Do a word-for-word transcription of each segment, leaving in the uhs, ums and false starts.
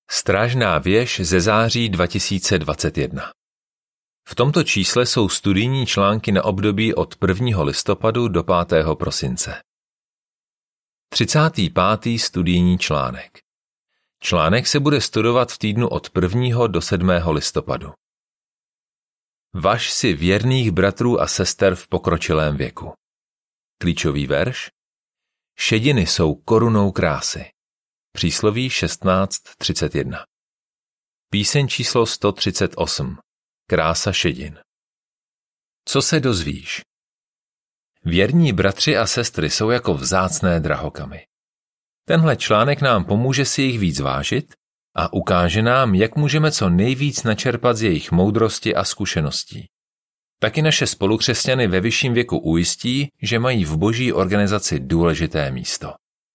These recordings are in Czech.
Strážná věž ze září dva tisíce dvacet jedna. V tomto čísle jsou studijní články na období od prvního listopadu do pátého prosince. třicátý pátý studijní článek. Článek se bude studovat v týdnu od prvního do sedmého listopadu. Važ si věrných bratrů a sester v pokročilém věku. Klíčový verš. Šediny jsou korunou krásy. Přísloví šestnáct třicet jedna. Píseň číslo sto třicet osm. Krása šedin. Co se dozvíš? Věrní bratři a sestry jsou jako vzácné drahokamy. Tenhle článek nám pomůže si jich víc vážit a ukáže nám, jak můžeme co nejvíc načerpat z jejich moudrosti a zkušeností. Taky naše spolukřesťany ve vyšším věku ujistí, že mají v boží organizaci důležité místo.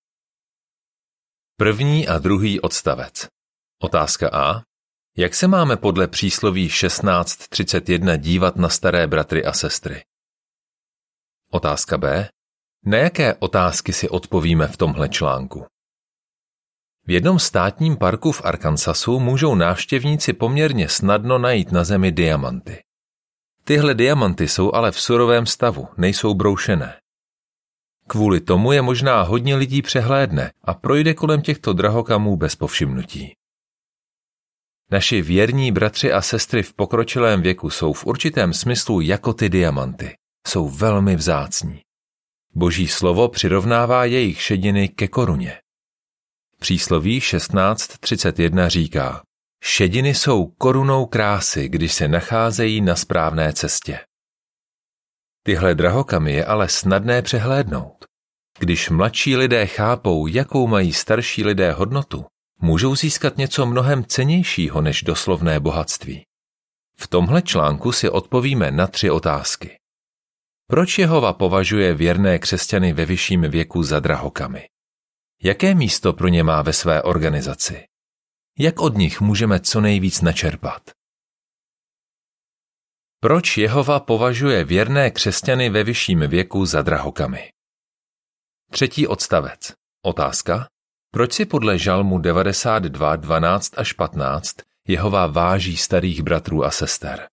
První a druhý odstavec. Otázka A. Jak se máme podle přísloví šestnáct třicet jedna dívat na staré bratry a sestry? Otázka B. Na jaké otázky si odpovíme v tomhle článku? V jednom státním parku v Arkansasu můžou návštěvníci poměrně snadno najít na zemi diamanty. Tyhle diamanty jsou ale v surovém stavu, nejsou broušené. Kvůli tomu je možná hodně lidí přehlédne a projde kolem těchto drahokamů bez povšimnutí. Naši věrní bratři a sestry v pokročilém věku jsou v určitém smyslu jako ty diamanty. Jsou velmi vzácní. Boží slovo přirovnává jejich šediny ke koruně. Přísloví šestnáct třicet jedna říká: šediny jsou korunou krásy, když se nacházejí na správné cestě. Tyhle drahokamy je ale snadné přehlédnout. Když mladší lidé chápou, jakou mají starší lidé hodnotu, můžou získat něco mnohem cennějšího než doslovné bohatství. V tomhle článku si odpovíme na tři otázky. Proč Jehova považuje věrné křesťany ve vyšším věku za drahokamy? Jaké místo pro ně má ve své organizaci? Jak od nich můžeme co nejvíc načerpat? Proč Jehova považuje věrné křesťany ve vyšším věku za drahokamy? Třetí odstavec. Otázka. Proč si podle Žalmu devadesát dva dvanáct až patnáct Jehova váží starých bratrů a sester?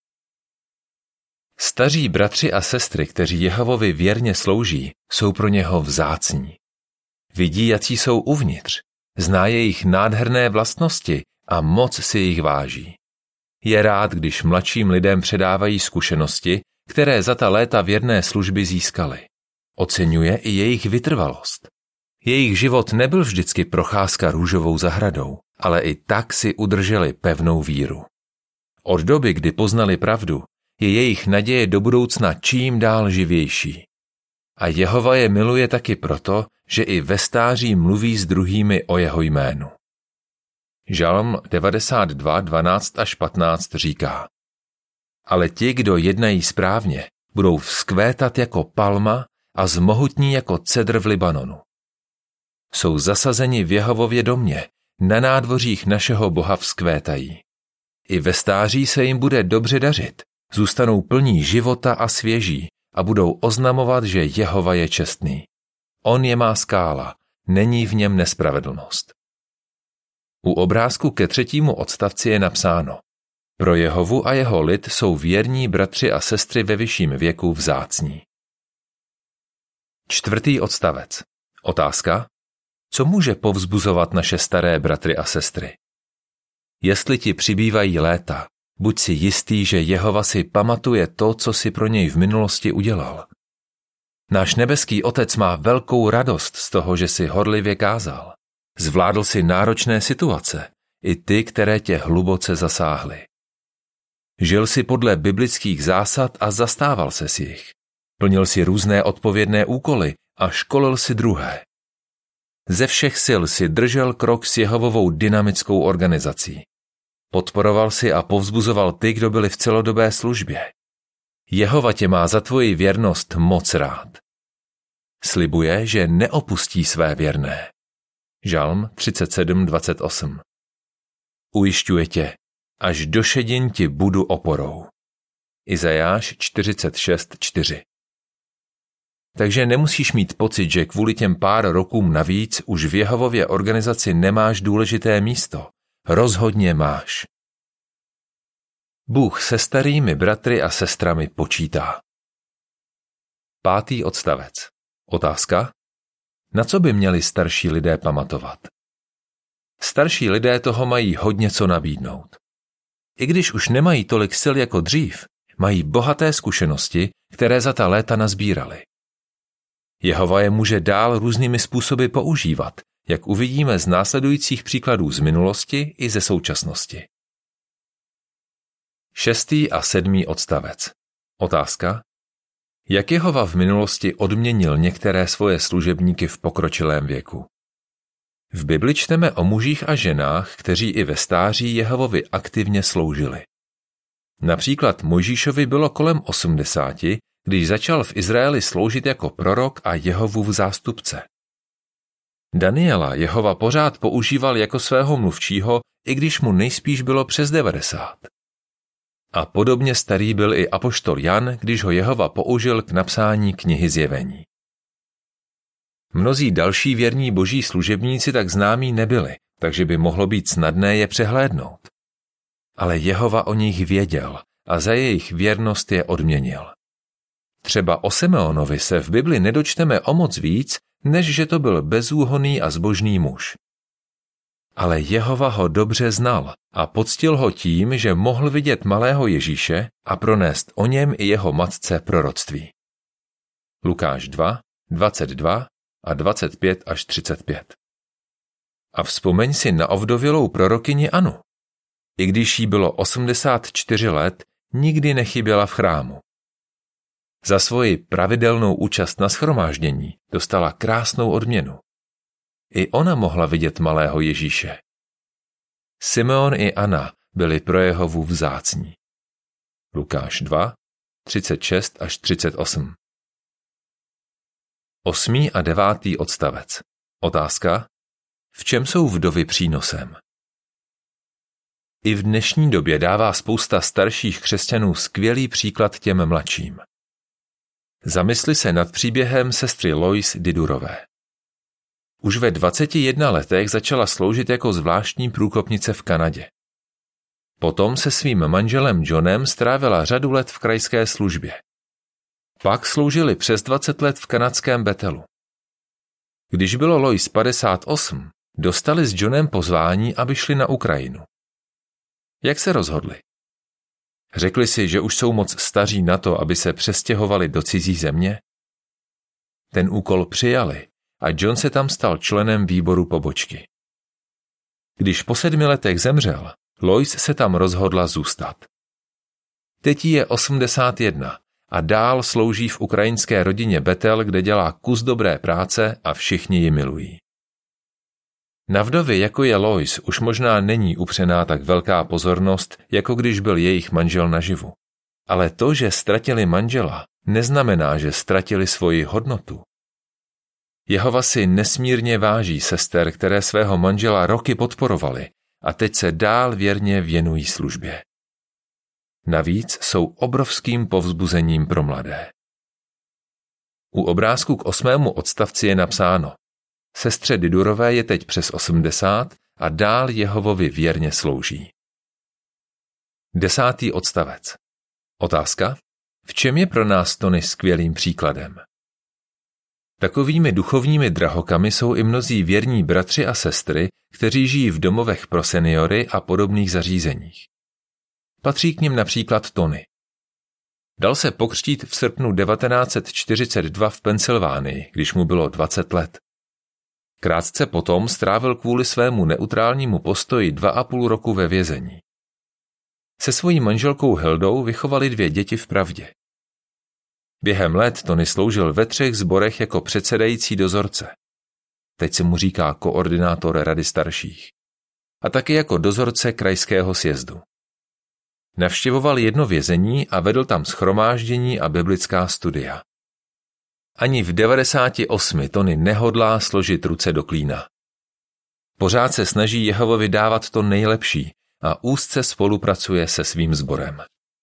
Staří bratři a sestry, kteří Jehovovi věrně slouží, jsou pro něho vzácní. Vidí, jací jsou uvnitř, zná jejich nádherné vlastnosti a moc si jich váží. Je rád, když mladším lidem předávají zkušenosti, které za ta léta věrné služby získali. Oceňuje i jejich vytrvalost. Jejich život nebyl vždycky procházka růžovou zahradou, ale i tak si udrželi pevnou víru. Od doby, kdy poznali pravdu, je jejich naděje do budoucna čím dál živější. A Jehova je miluje taky proto, že i ve stáří mluví s druhými o jeho jménu. Žalm devadesát dva dvanáct až patnáct říká: ale ti, kdo jednají správně, budou vzkvétat jako palma a zmohutní jako cedr v Libanonu. Jsou zasazeni v Jehovově domě, na nádvořích našeho Boha vzkvétají. I ve stáří se jim bude dobře dařit, zůstanou plní života a svěží a budou oznamovat, že Jehova je čestný. On je má skála, není v něm nespravedlnost. U obrázku ke třetímu odstavci je napsáno: pro Jehovu a jeho lid jsou věrní bratři a sestry ve vyšším věku vzácní. Čtvrtý odstavec. Otázka. Co může povzbuzovat naše staré bratry a sestry? Jestli ti přibývají léta, buď si jistý, že Jehova si pamatuje to, co si pro něj v minulosti udělal. Náš nebeský Otec má velkou radost z toho, že si horlivě kázal. Zvládl si náročné situace, i ty, které tě hluboce zasáhly. Žil si podle biblických zásad a zastával se s jich. Plnil si různé odpovědné úkoly a školil si druhé. Ze všech sil si držel krok s Jehovovou dynamickou organizací. Podporoval si a povzbuzoval ty, kdo byli v celodobé službě. Jehova tě má za tvoji věrnost moc rád. Slibuje, že neopustí své věrné. Žalm třicet sedm dvacet osm. Ujišťuje tě, až do šedin ti budu oporou. Izajáš čtyřicet šest čtyři. Takže nemusíš mít pocit, že kvůli těm pár rokům navíc už v Jehovově organizaci nemáš důležité místo, rozhodně máš. Bůh se starými bratry a sestrami počítá. Pátý odstavec. Otázka. Na co by měli starší lidé pamatovat? Starší lidé toho mají hodně co nabídnout. I když už nemají tolik sil jako dřív, mají bohaté zkušenosti, které za ta léta nazbírali. Jehova je může dál různými způsoby používat, jak uvidíme z následujících příkladů z minulosti i ze současnosti. Šestý a sedmý odstavec. Otázka. Jak Jehova v minulosti odměnil některé svoje služebníky v pokročilém věku? V Bibli čteme o mužích a ženách, kteří i ve stáří Jehovovi aktivně sloužili. Například Mojžíšovi bylo kolem osmdesáti, když začal v Izraeli sloužit jako prorok a Jehovův zástupce. Daniela Jehova pořád používal jako svého mluvčího, i když mu nejspíš bylo přes devadesát. A podobně starý byl i apoštol Jan, když ho Jehova použil k napsání knihy Zjevení. Mnozí další věrní boží služebníci tak známí nebyli, takže by mohlo být snadné je přehlédnout. Ale Jehova o nich věděl a za jejich věrnost je odměnil. Třeba o Simeonovi se v Bibli nedočteme o moc víc, než že to byl bezúhonný a zbožný muž. Ale Jehova ho dobře znal a poctil ho tím, že mohl vidět malého Ježíše a pronést o něm i jeho matce proroctví. Lukáš dva, dvacet dva a dvacet pět až třicet pět. A vzpomeň si na ovdovělou prorokyni Anu. I když jí bylo osmdesát čtyři let, nikdy nechyběla v chrámu. Za svoji pravidelnou účast na shromáždění dostala krásnou odměnu. I ona mohla vidět malého Ježíše. Simeon i Anna byli pro Jehovu vzácní. Lukáš dva, třicet šest až třicet osm. Osmý a devátý odstavec. Otázka. V čem jsou vdovy přínosem? I v dnešní době dává spousta starších křesťanů skvělý příklad těm mladším. Zamysli se nad příběhem sestry Lois Didurové. Už ve dvaceti jedné letech začala sloužit jako zvláštní průkopnice v Kanadě. Potom se svým manželem Johnem strávila řadu let v krajské službě. Pak sloužili přes dvacet let v kanadském Bethelu. Když bylo Lois padesát osm, dostali s Johnem pozvání, aby šli na Ukrajinu. Jak se rozhodli? Řekli si, že už jsou moc staří na to, aby se přestěhovali do cizí země? Ten úkol přijali a John se tam stal členem výboru pobočky. Když po sedmi letech zemřel, Lois se tam rozhodla zůstat. Teď jí je osmdesát jedna a dál slouží v ukrajinské rodině Bethel, kde dělá kus dobré práce a všichni ji milují. Na vdovy, jako je Lois, už možná není upřená tak velká pozornost, jako když byl jejich manžel naživu. Ale to, že ztratili manžela, neznamená, že ztratili svoji hodnotu. Jehova si nesmírně váží sester, které svého manžela roky podporovali a teď se dál věrně věnují službě. Navíc jsou obrovským povzbuzením pro mladé. U obrázku k osmému odstavci je napsáno: Sestře Didurové je teď přes osmdesát a dál Jehovovi věrně slouží. Desátý odstavec. Otázka. V čem je pro nás Tony skvělým příkladem? Takovými duchovními drahokami jsou i mnozí věrní bratři a sestry, kteří žijí v domovech pro seniory a podobných zařízeních. Patří k nim například Tony. Dal se pokřtít v srpnu devatenáct set čtyřicet dva v Pensylvánii, když mu bylo dvacet let. Krátce potom strávil kvůli svému neutrálnímu postoji dva a půl roku ve vězení. Se svojí manželkou Hildou vychovali dvě děti v pravdě. Během let Tony sloužil ve třech sborech jako předsedající dozorce. Teď se mu říká koordinátor rady starších. A taky jako dozorce krajského sjezdu. Navštěvoval jedno vězení a vedl tam shromáždění a biblická studia. Ani v devadesáti osmi Tony nehodlá složit ruce do klína. Pořád se snaží Jehovovi dávat to nejlepší a úzce spolupracuje se svým sborem.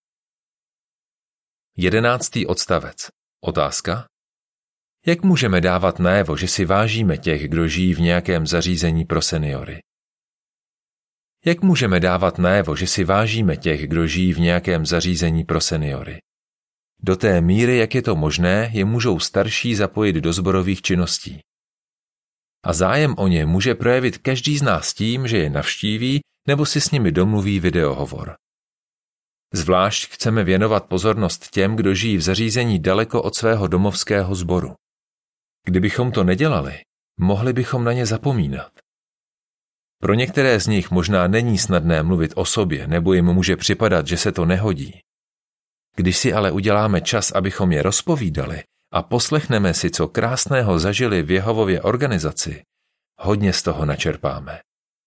Jedenáctý odstavec. Otázka. Jak můžeme dávat najevo, že si vážíme těch, kdo žijí v nějakém zařízení pro seniory? Jak můžeme dávat najevo, že si vážíme těch, kdo žijí v nějakém zařízení pro seniory? Do té míry, jak je to možné, je můžou starší zapojit do sborových činností. A zájem o ně může projevit každý z nás tím, že je navštíví nebo si s nimi domluví videohovor. Zvlášť chceme věnovat pozornost těm, kdo žijí v zařízení daleko od svého domovského sboru. Kdybychom to nedělali, mohli bychom na ně zapomínat. Pro některé z nich možná není snadné mluvit o sobě, nebo jim může připadat, že se to nehodí. Když si ale uděláme čas, abychom je rozpovídali a poslechneme si, co krásného zažili v Jehovově organizaci, hodně z toho načerpáme.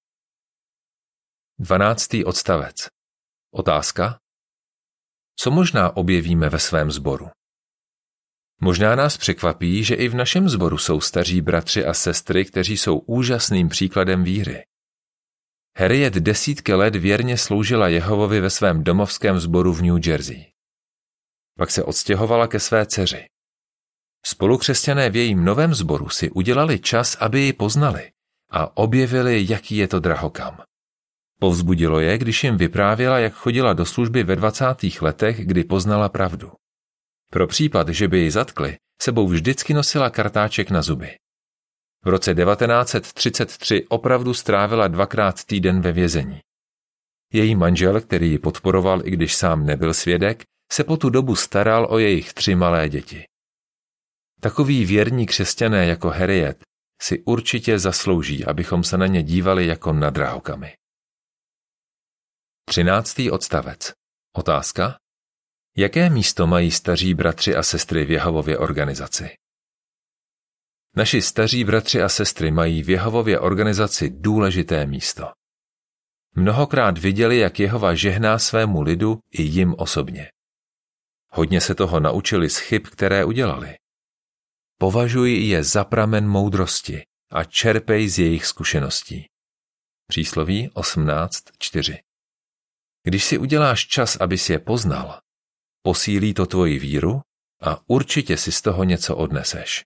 Dvanáctý odstavec. Otázka. Co možná objevíme ve svém sboru? Možná nás překvapí, že i v našem sboru jsou staří bratři a sestry, kteří jsou úžasným příkladem víry. Harriet desítky let věrně sloužila Jehovovi ve svém domovském sboru v New Jersey. Pak se odstěhovala ke své dceři. Spolukřesťané v jejím novém sboru si udělali čas, aby ji poznali a objevili, jaký je to drahokam. Povzbudilo je, když jim vyprávěla, jak chodila do služby ve dvacátých letech, kdy poznala pravdu. Pro případ, že by ji zatkli, sebou vždycky nosila kartáček na zuby. V roce devatenáct set třicet tři opravdu strávila dvakrát týden ve vězení. Její manžel, který ji podporoval, i když sám nebyl svědek, se po tu dobu staral o jejich tři malé děti. Takoví věrní křesťané jako Harriet si určitě zaslouží, abychom se na ně dívali jako na drahokamy. Třináctý odstavec. Otázka. Jaké místo mají staří bratři a sestry v Jehovově organizaci? Naši staří bratři a sestry mají v Jehovově organizaci důležité místo. Mnohokrát viděli, jak Jehova žehná svému lidu i jim osobně. Hodně se toho naučili z chyb, které udělali. Považuj je za pramen moudrosti a čerpej z jejich zkušeností. Přísloví osmnáct čtyři. Když si uděláš čas, abys je poznal, posílí to tvoji víru a určitě si z toho něco odneseš.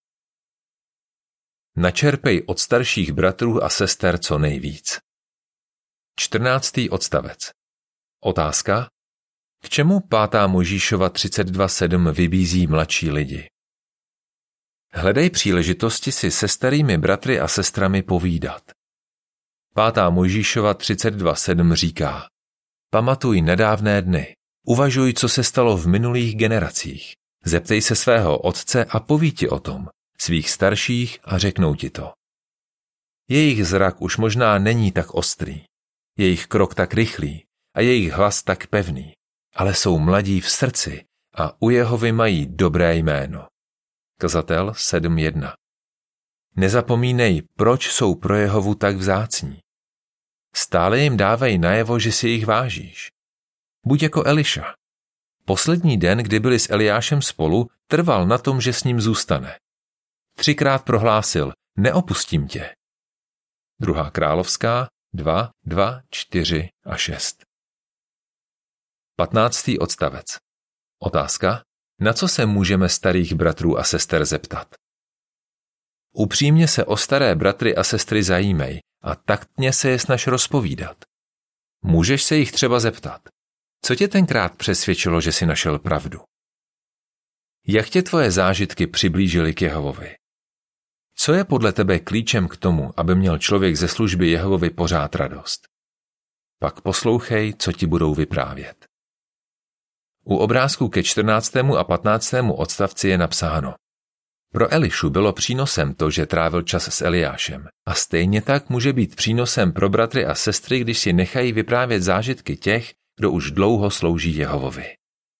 Načerpej od starších bratrů a sester co nejvíc. čtrnáctý odstavec. Otázka. K čemu pátá Mojžíšova třicet dva sedm vybízí mladší lidi? Hledej příležitosti si se starými bratry a sestrami povídat. Pátá Mojžíšova třicet dva sedm říká: Pamatuj nedávné dny, uvažuj, co se stalo v minulých generacích, zeptej se svého otce a poví ti o tom, svých starších a řeknou ti to. Jejich zrak už možná není tak ostrý, jejich krok tak rychlý a jejich hlas tak pevný, ale jsou mladí v srdci a u Jehovy mají dobré jméno. Kazatel sedm jedna. Nezapomínej, proč jsou pro Jehovu tak vzácní. Stále jim dávej najevo, že si jich vážíš. Buď jako Eliša. Poslední den, kdy byli s Eliášem spolu, trval na tom, že s ním zůstane. Třikrát prohlásil: neopustím tě. Druhá královská dva, dva, čtyři a šest. Patnáctý odstavec. Otázka. Na co se můžeme starých bratrů a sester zeptat? Upřímně se o staré bratry a sestry zajímej a taktně se je snaž rozpovídat. Můžeš se jich třeba zeptat. Co tě tenkrát přesvědčilo, že jsi našel pravdu? Jak tě tvoje zážitky přiblížily k Jehovovi? Co je podle tebe klíčem k tomu, aby měl člověk ze služby Jehovovi pořád radost? Pak poslouchej, co ti budou vyprávět. U obrázku ke čtrnáctému a patnáctému odstavci je napsáno: Pro Elišu bylo přínosem to, že trávil čas s Eliášem, a stejně tak může být přínosem pro bratry a sestry, když si nechají vyprávět zážitky těch, kdo už dlouho slouží Jehovovi.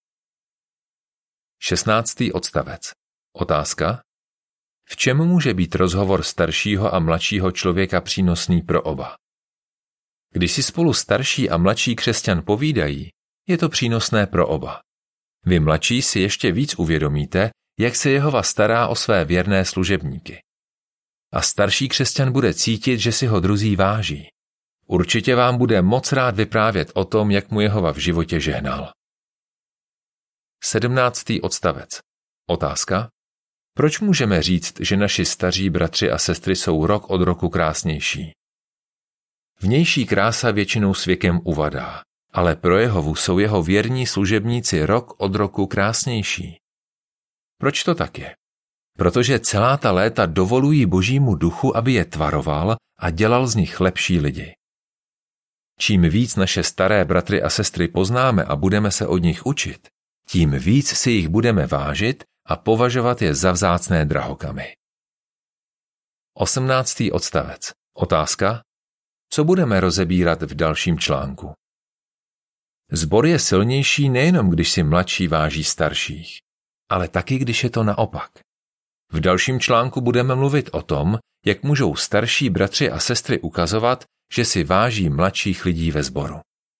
šestnáctý odstavec. Otázka. V čem může být rozhovor staršího a mladšího člověka přínosný pro oba? Když si spolu starší a mladší křesťan povídají, je to přínosné pro oba. Vy mladší si ještě víc uvědomíte, jak se Jehova stará o své věrné služebníky. A starší křesťan bude cítit, že si ho druzí váží. Určitě vám bude moc rád vyprávět o tom, jak mu Jehova v životě žehnal. sedmnáctý odstavec. Otázka. Proč můžeme říct, že naši staří bratři a sestry jsou rok od roku krásnější? Vnější krása většinou s věkem uvadá, ale pro Jehovu jsou jeho věrní služebníci rok od roku krásnější. Proč to tak je? Protože celá ta léta dovolují Božímu duchu, aby je tvaroval a dělal z nich lepší lidi. Čím víc naše staré bratry a sestry poznáme a budeme se od nich učit, tím víc si jich budeme vážit a považovat je za vzácné drahokamy. Osmnáctý odstavec. Otázka. Co budeme rozebírat v dalším článku? Sbor je silnější nejenom, když si mladší váží starších, ale taky, když je to naopak. V dalším článku budeme mluvit o tom, jak můžou starší bratři a sestry ukazovat, že si váží mladších lidí ve sboru.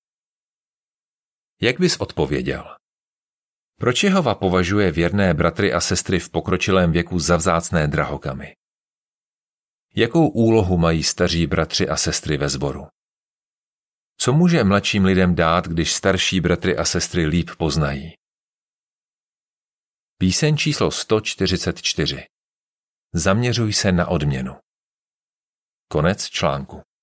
Jak bys odpověděl? Proč Jehova považuje věrné bratry a sestry v pokročilém věku za vzácné drahokamy? Jakou úlohu mají staří bratři a sestry ve sboru? Co může mladším lidem dát, když starší bratry a sestry líp poznají? Píseň číslo sto čtyřicet čtyři. Zaměřuj se na odměnu. Konec článku.